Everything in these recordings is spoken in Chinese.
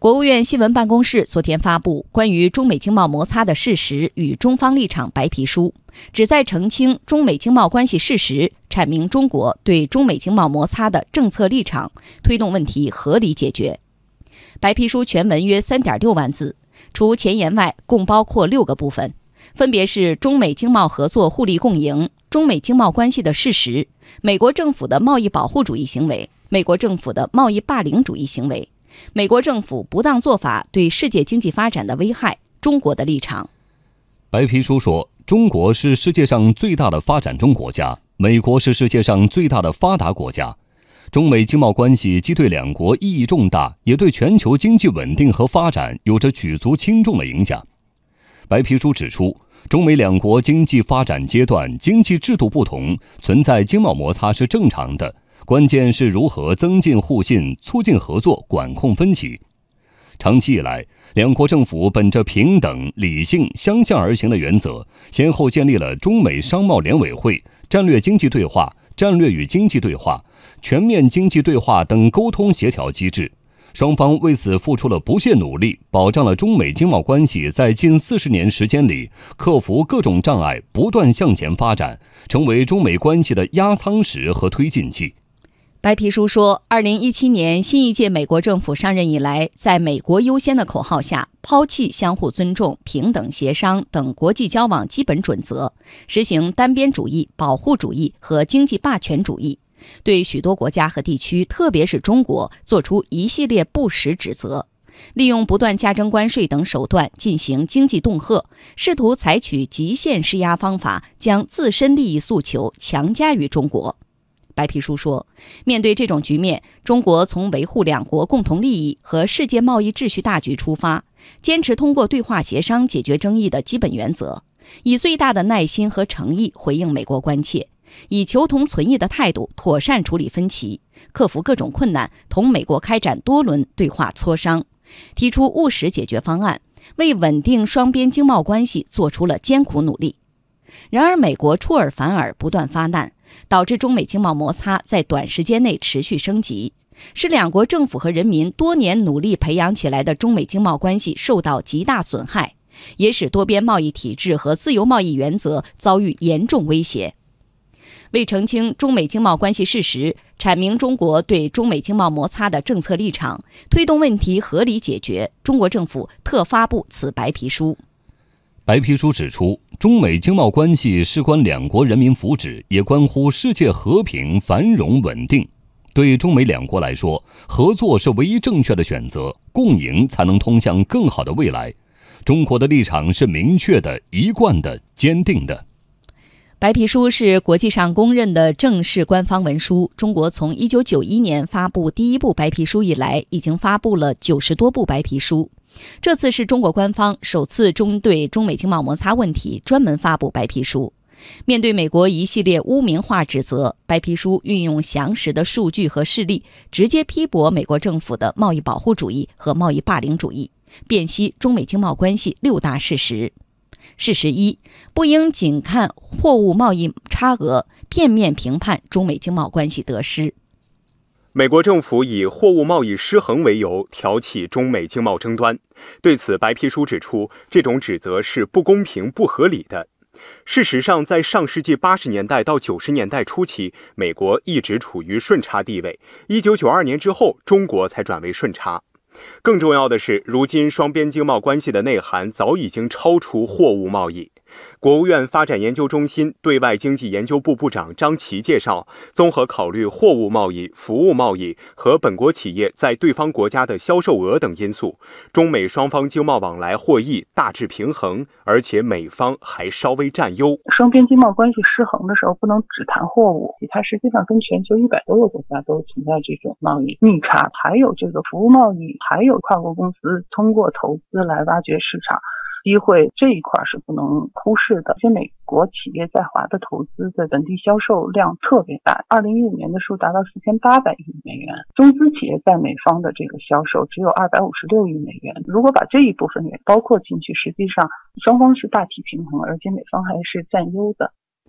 国务院新闻办公室昨天发布关于中美经贸摩擦的事实与中方立场白皮书，旨在澄清中美经贸关系事实，阐明中国对中美经贸摩擦的政策立场，推动问题合理解决。白皮书全文约 3.6 万字，除前言外，共包括6个部分，分别是中美经贸合作互利共赢、中美经贸关系的事实、美国政府的贸易保护主义行为、美国政府的贸易霸凌主义行为、美国政府不当做法对世界经济发展的危害、中国的立场。 白皮书说，中国是世界上最大的发展中国家，美国是世界上最大的发达国家。中美经贸关系既对两国意义重大，也对全球经济稳定和发展有着举足轻重的影响。白皮书指出，中美两国经济发展阶段、经济制度不同，存在经贸摩擦是正常的，关键是如何增进互信、促进合作、管控分歧。长期以来，两国政府本着平等、理性、相向而行的原则，先后建立了中美商贸联委会、战略经济对话、战略与经济对话、全面经济对话等沟通协调机制。双方为此付出了不懈努力，保障了中美经贸关系在近40年时间里克服各种障碍，不断向前发展，成为中美关系的压舱石和推进器。 白皮书说，2017年新一届美国政府上任以来，在美国优先的口号下，抛弃相互尊重、平等协商等国际交往基本准则，实行单边主义、保护主义和经济霸权主义，对许多国家和地区，特别是中国，做出一系列不实指责，利用不断加征关税等手段进行经济恫吓，试图采取极限施压方法，将自身利益诉求强加于中国。白皮书说，面对这种局面，中国从维护两国共同利益和世界贸易秩序大局出发，坚持通过对话协商解决争议的基本原则，以最大的耐心和诚意回应美国关切，以求同存异的态度妥善处理分歧，克服各种困难，同美国开展多轮对话磋商，提出务实解决方案，为稳定双边经贸关系做出了艰苦努力。然而，美国出尔反尔，不断发难，导致中美经贸摩擦在短时间内持续升级，使两国政府和人民多年努力培养起来的中美经贸关系受到极大损害，也使多边贸易体制和自由贸易原则遭遇严重威胁。为澄清中美经贸关系事实，阐明中国对中美经贸摩擦的政策立场，推动问题合理解决，中国政府特发布此白皮书。 白皮书指出，中美经贸关系事关两国人民福祉，也关乎世界和平、繁荣、稳定。对中美两国来说，合作是唯一正确的选择，共赢才能通向更好的未来。中国的立场是明确的、一贯的、坚定的。 白皮书是国际上公认的正式官方文书。中国从1991年发布第一部白皮书以来，已经发布了90多部白皮书。这次是中国官方首次针对中美经贸摩擦问题专门发布白皮书。面对美国一系列污名化指责，白皮书运用详实的数据和事例，直接批驳美国政府的贸易保护主义和贸易霸凌主义，辨析中美经贸关系6大事实。事实1，不应仅看货物贸易差额，片面评判中美经贸关系得失。 美国政府以货物贸易失衡为由挑起中美经贸争端，对此白皮书指出，这种指责是不公平、不合理的。事实上，在上世纪80年代到90年代初期，美国一直处于顺差地位，1992年之后，中国才转为顺差。更重要的是，如今双边经贸关系的内涵早已经超出货物贸易。国务院发展研究中心对外经济研究部部长张琦介绍，综合考虑货物贸易、服务贸易和本国企业在对方国家的销售额等因素，中美双方经贸往来获益大致平衡，而且美方还稍微占优。 双边经贸关系失衡的时候，不能只谈货物，它实际上跟全球100多个国家都存在这种贸易逆差，还有这个服务贸易，还有跨国公司通过投资来挖掘市场机会，这一块是不能忽视的。而且美国企业在华的投资的本地销售量特别大，2015年的数达到4800亿美元，中资企业在美方的这个销售只有256亿美元。如果把这一部分也包括进去，实际上双方是大体平衡，而且美方还是占优的。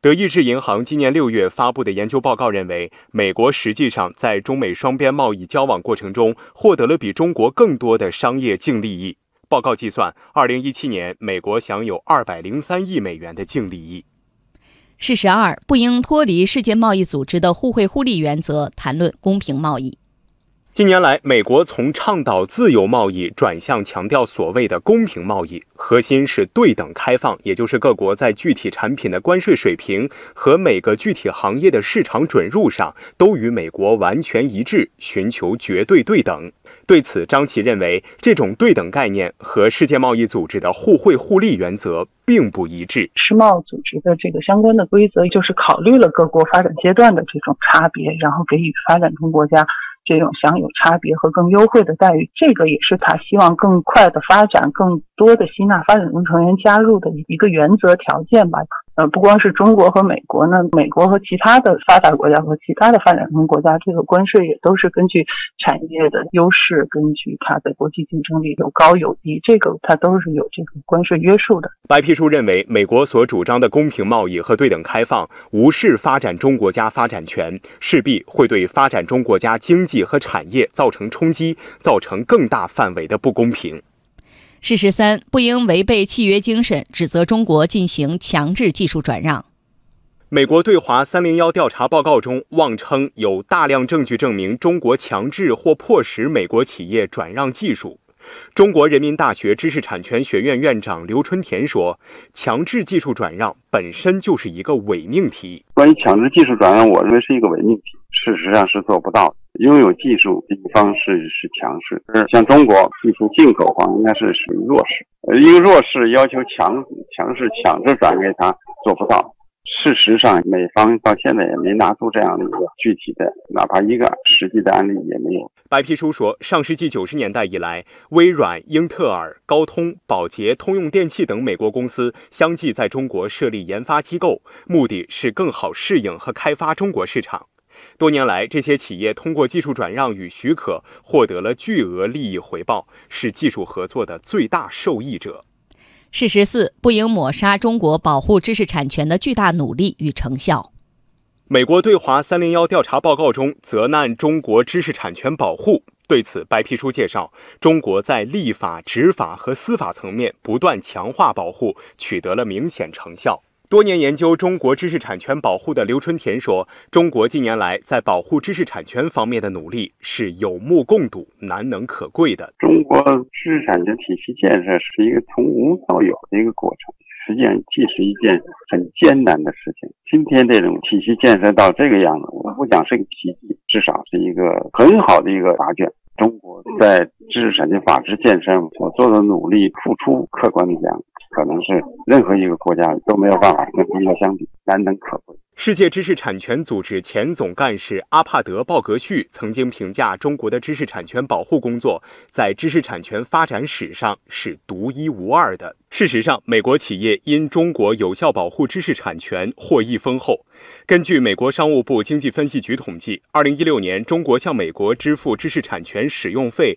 德意志银行今年6月发布的研究报告认为，美国实际上在中美双边贸易交往过程中获得了比中国更多的商业净利益。报告计算，2017年美国享有203亿美元的净利益。 事实2，不应脱离世界贸易组织的互惠互利原则，谈论公平贸易。 近年来，美国从倡导自由贸易转向强调所谓的公平贸易，核心是对等开放，也就是各国在具体产品的关税水平和每个具体行业的市场准入上都与美国完全一致，寻求绝对对等。对此，张琦认为，这种对等概念和世界贸易组织的互惠互利原则并不一致。 世贸组织的这个相关的规则，就是考虑了各国发展阶段的这种差别，然后给予发展中国家这种享有差别和更优惠的待遇，这个也是他希望更快的发展，更多的吸纳发展中成员加入的一个原则条件吧。不光是中国和美国呢，美国和其他的发达国家和其他的发展中国家，这个关税也都是根据产业的优势，根据它的国际竞争力有高有低，这个它都是有这个关税约束的。 白皮书认为，美国所主张的公平贸易和对等开放无视发展中国家发展权，势必会对发展中国家经济和产业造成冲击，造成更大范围的不公平。 事实3，不应违背契约精神，指责中国进行强制技术转让。 美国对华301调查报告中妄称有大量证据证明中国强制或迫使美国企业转让技术。中国人民大学知识产权学院院长刘春田说，强制技术转让本身就是一个伪命题。 关于强制技术转让，我认为是一个伪命题，事实上是做不到的。拥有技术的一方是强势，而像中国技术进口方应该是属于弱势。一个弱势要求强势强制转给他，做不到。事实上，美方到现在也没拿出这样的一个具体的，哪怕一个实际的案例也没有。 白皮书说，上世纪90年代以来，微软、英特尔、高通、宝洁、通用电气等美国公司相继在中国设立研发机构，目的是更好适应和开发中国市场。多年来，这些企业通过技术转让与许可，获得了巨额利益回报，是技术合作的最大受益者。 事实4，不应抹杀中国保护知识产权的巨大努力与成效。 美国对华301调查报告中责难中国知识产权保护，对此，白皮书介绍，中国在立法、执法和司法层面不断强化保护，取得了明显成效。多年研究中国知识产权保护的刘春田说，中国近年来在保护知识产权方面的努力是有目共睹、难能可贵的。 中国知识产权体系建设是一个从无到有的一个过程，实际上既是一件很艰难的事情。今天这种体系建设到这个样子，我不讲是个奇迹，至少是一个很好的一个答卷。中国在知识产权法治建设所做的努力付出，客观的讲，可能是任何一个国家都没有办法跟中国相比，难能可贵。 世界知识产权组织前总干事阿帕德·鲍格旭曾经评价中国的知识产权保护工作在知识产权发展史上是独一无二的。事实上，美国企业因中国有效保护知识产权获益丰厚。根据美国商务部经济分析局统计，2016年中国向美国支付知识产权使用费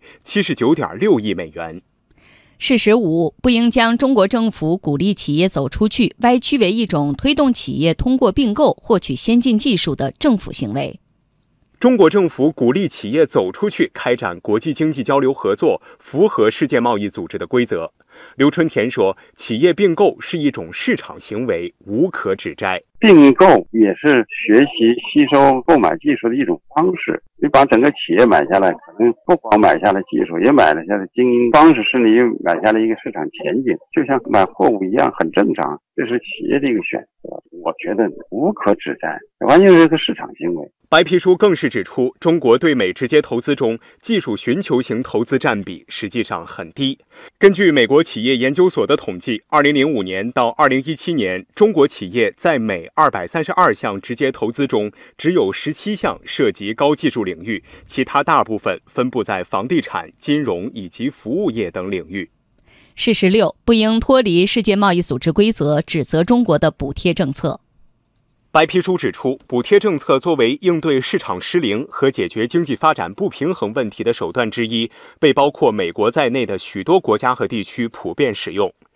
79.6亿美元。 事实5，不应将中国政府鼓励企业走出去歪曲为一种推动企业通过并购获取先进技术的政府行为。 中国政府鼓励企业走出去开展国际经济交流合作，符合世界贸易组织的规则。刘春田说，企业并购是一种市场行为，无可指摘。 并购也是学习、吸收、购买技术的一种方式。你把整个企业买下来，可能不光买下了技术，也买了下来经营方式，甚至于买下了一个市场前景，就像买货物一样，很正常。这是企业的一个选择，我觉得无可指摘，完全是一个市场行为。 白皮书更是指出，中国对美直接投资中技术寻求型投资占比实际上很低。根据美国企业研究所的统计，2005年到2017年，中国企业在美232项直接投资中，只有17项涉及高技术领域，其他大部分分布在房地产、金融以及服务业等领域。 事实6，不应脱离世界贸易组织规则，指责中国的补贴政策。 白皮书指出，补贴政策作为应对市场失灵和解决经济发展不平衡问题的手段之一，被包括美国在内的许多国家和地区普遍使用。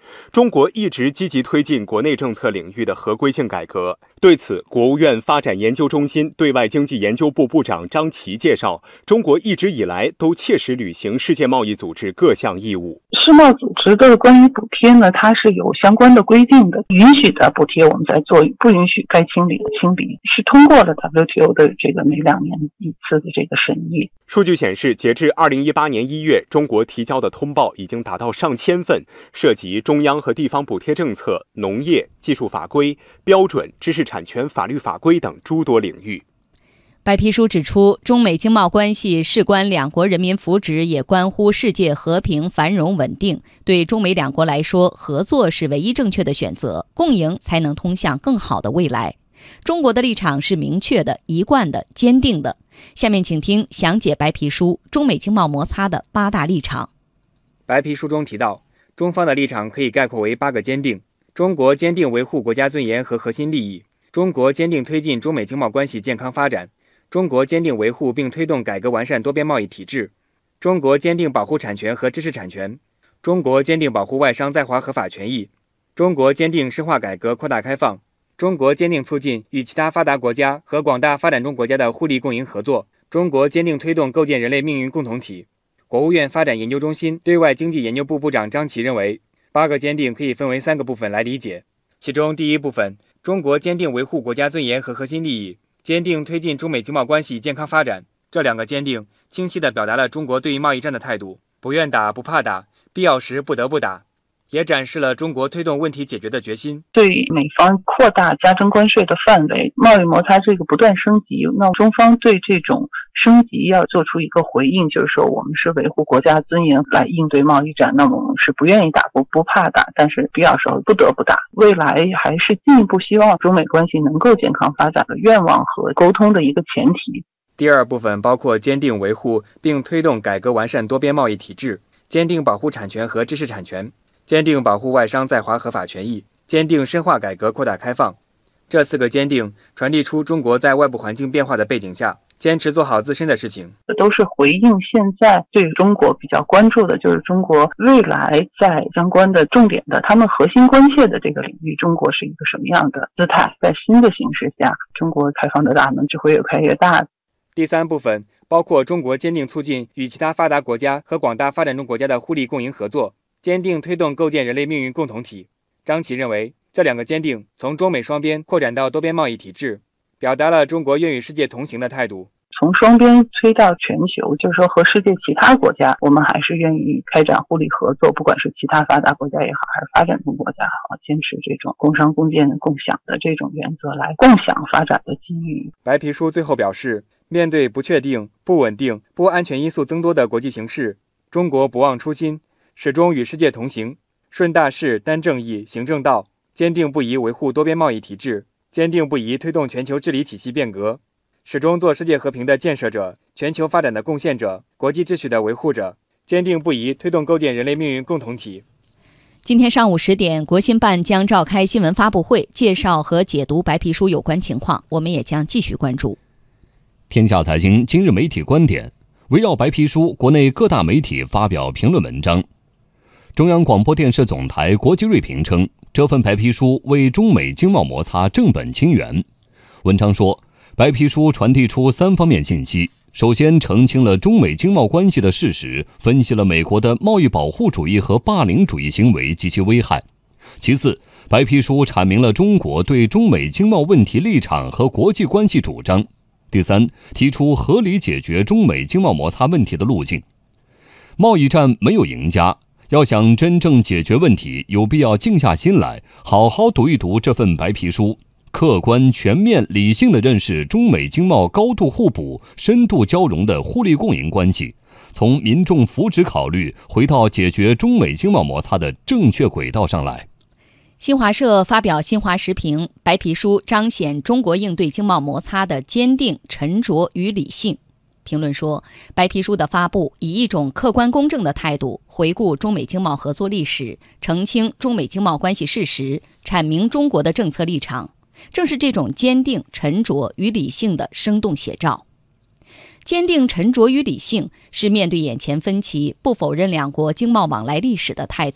中国一直积极推进国内政策领域的合规性改革。对此，国务院发展研究中心对外经济研究部部长张琦介绍，中国一直以来都切实履行世界贸易组织各项义务。 世贸组织的关于补贴呢，它是有相关的规定的，允许的补贴我们在做，不允许该清理的清理，是通过了 WTO 的这个每2年一次的这个审议。 数据显示，截至2018年1月，中国提交的通报已经达到上千份，涉及中央和地方补贴政策、农业、技术法规、标准、知识产权法律法规等诸多领域。 白皮书指出，中美经贸关系事关两国人民福祉，也关乎世界和平、繁荣、稳定。对中美两国来说，合作是唯一正确的选择，共赢才能通向更好的未来。中国的立场是明确的、一贯的、坚定的。下面请听详解白皮书中美经贸摩擦的8大立场。 白皮书中提到，中方的立场可以概括为8个坚定：中国坚定维护国家尊严和核心利益；中国坚定推进中美经贸关系健康发展；中国坚定维护并推动改革完善多边贸易体制；中国坚定保护产权和知识产权；中国坚定保护外商在华合法权益；中国坚定深化改革扩大开放；中国坚定促进与其他发达国家和广大发展中国家的互利共赢合作；中国坚定推动构建人类命运共同体。国务院发展研究中心对外经济研究部部长张琦认为，8个坚定可以分为3个部分来理解。其中第一部分，中国坚定维护国家尊严和核心利益，坚定推进中美经贸关系健康发展。这2个坚定清晰地表达了中国对于贸易战的态度，不愿打，不怕打，必要时不得不打，也展示了中国推动问题解决的决心。 对美方扩大加征关税的范围，贸易摩擦这个不断升级，那中方对这种升级要做出一个回应，就是说我们是维护国家尊严来应对贸易战，那么我们是不愿意打，不怕打，但是必要时候不得不打。未来还是进一步希望中美关系能够健康发展的愿望和沟通的一个前提。 第二部分包括坚定维护并推动改革完善多边贸易体制，坚定保护产权和知识产权，坚定保护外商在华合法权益，坚定深化改革扩大开放。这4个坚定传递出中国在外部环境变化的背景下，坚持做好自身的事情。 都是回应现在对中国比较关注的，就是中国未来在相关的重点的他们核心关切的这个领域，中国是一个什么样的姿态。在新的形势下，中国开放的大门只会越开越大。 第3部分包括中国坚定促进与其他发达国家和广大发展中国家的互利共赢合作，坚定推动构建人类命运共同体。张琦认为，这2个坚定从中美双边扩展到多边贸易体制，表达了中国愿与世界同行的态度。 从双边推到全球，就是说和世界其他国家，我们还是愿意开展互利合作，不管是其他发达国家也好，还是发展中国家也好，坚持这种共商共建共享的这种原则来共享发展的机遇。 白皮书最后表示，面对不确定、不稳定、不安全因素增多的国际形势，中国不忘初心，始终与世界同行，顺大势、担正义、行正道，坚定不移维护多边贸易体制，坚定不移推动全球治理体系变革，始终做世界和平的建设者、全球发展的贡献者、国际秩序的维护者，坚定不移推动构建人类命运共同体。 今天上午10点，国新办将召开新闻发布会，介绍和解读白皮书有关情况，我们也将继续关注。 天下财经今日媒体观点，围绕白皮书，国内各大媒体发表评论文章。中央广播电视总台国际锐评称，这份白皮书为中美经贸摩擦正本清源。文章说，白皮书传递出3方面信息：首先，澄清了中美经贸关系的事实，分析了美国的贸易保护主义和霸凌主义行为及其危害；其次，白皮书阐明了中国对中美经贸问题立场和国际关系主张；第三，提出合理解决中美经贸摩擦问题的路径。贸易战没有赢家，要想真正解决问题，有必要静下心来，好好读一读这份白皮书，客观、全面、理性地认识中美经贸高度互补、深度交融的互利共赢关系，从民众福祉考虑，回到解决中美经贸摩擦的正确轨道上来。 新华社发表新华时评，白皮书彰显中国应对经贸摩擦的坚定、沉着与理性。评论说，白皮书的发布以一种客观公正的态度回顾中美经贸合作历史，澄清中美经贸关系事实，阐明中国的政策立场，正是这种坚定、沉着与理性的生动写照。坚定、沉着与理性是面对眼前分歧，不否认两国经贸往来历史的态度。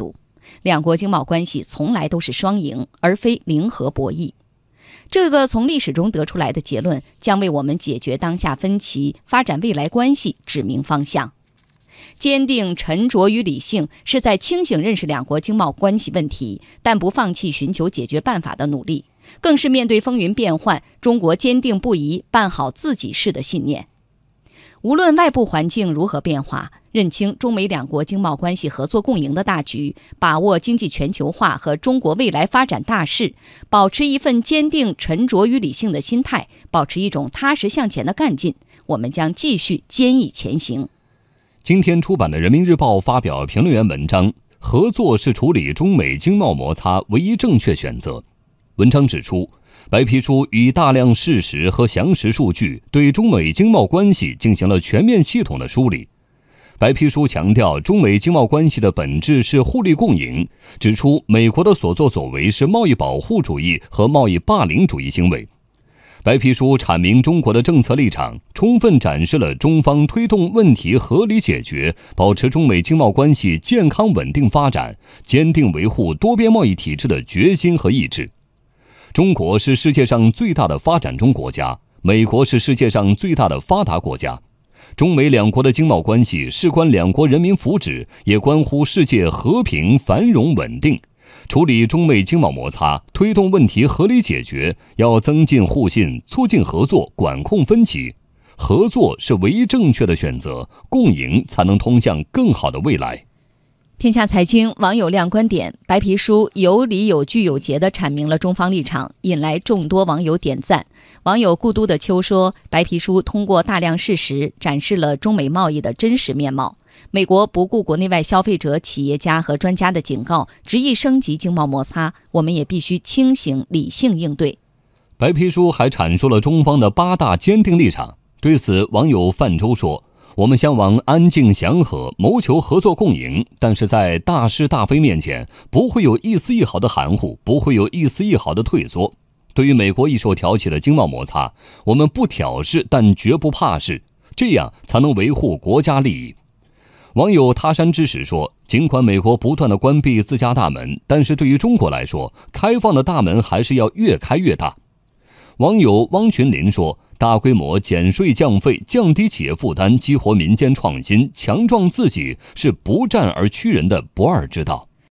两国经贸关系从来都是双赢，而非零和博弈。这个从历史中得出来的结论，将为我们解决当下分歧、发展未来关系指明方向。坚定、沉着与理性，是在清醒认识两国经贸关系问题，但不放弃寻求解决办法的努力，更是面对风云变幻，中国坚定不移办好自己事的信念。无论外部环境如何变化，认清中美两国经贸关系合作共赢的大局，把握经济全球化和中国未来发展大势，保持一份坚定、沉着与理性的心态，保持一种踏实向前的干劲，我们将继续坚毅前行。 今天出版的《人民日报》发表评论员文章，合作是处理中美经贸摩擦唯一正确选择。文章指出，白皮书以大量事实和详实数据对中美经贸关系进行了全面系统的梳理。白皮书强调中美经贸关系的本质是互利共赢，指出美国的所作所为是贸易保护主义和贸易霸凌主义行为。白皮书阐明中国的政策立场，充分展示了中方推动问题合理解决、保持中美经贸关系健康稳定发展、坚定维护多边贸易体制的决心和意志。中国是世界上最大的发展中国家，美国是世界上最大的发达国家。中美两国的经贸关系事关两国人民福祉，也关乎世界和平、繁荣、稳定。处理中美经贸摩擦，推动问题合理解决，要增进互信，促进合作，管控分歧。合作是唯一正确的选择，共赢才能通向更好的未来。 天下财经网友亮观点，白皮书有理有据有节地阐明了中方立场，引来众多网友点赞。网友故都的秋说，白皮书通过大量事实展示了中美贸易的真实面貌。美国不顾国内外消费者、企业家和专家的警告，执意升级经贸摩擦，我们也必须清醒理性应对。 白皮书还阐述了中方的8大坚定立场。对此，网友范舟说，我们向往安静祥和，谋求合作共赢，但是在大是大非面前，不会有一丝一毫的含糊，不会有一丝一毫的退缩。对于美国一手挑起的经贸摩擦，我们不挑事，但绝不怕事，这样才能维护国家利益。网友他山之石说，尽管美国不断地关闭自家大门，但是对于中国来说，开放的大门还是要越开越大。网友汪群林说，大规模减税降费，降低企业负担，激活民间创新，强壮自己，是不战而屈人的不二之道。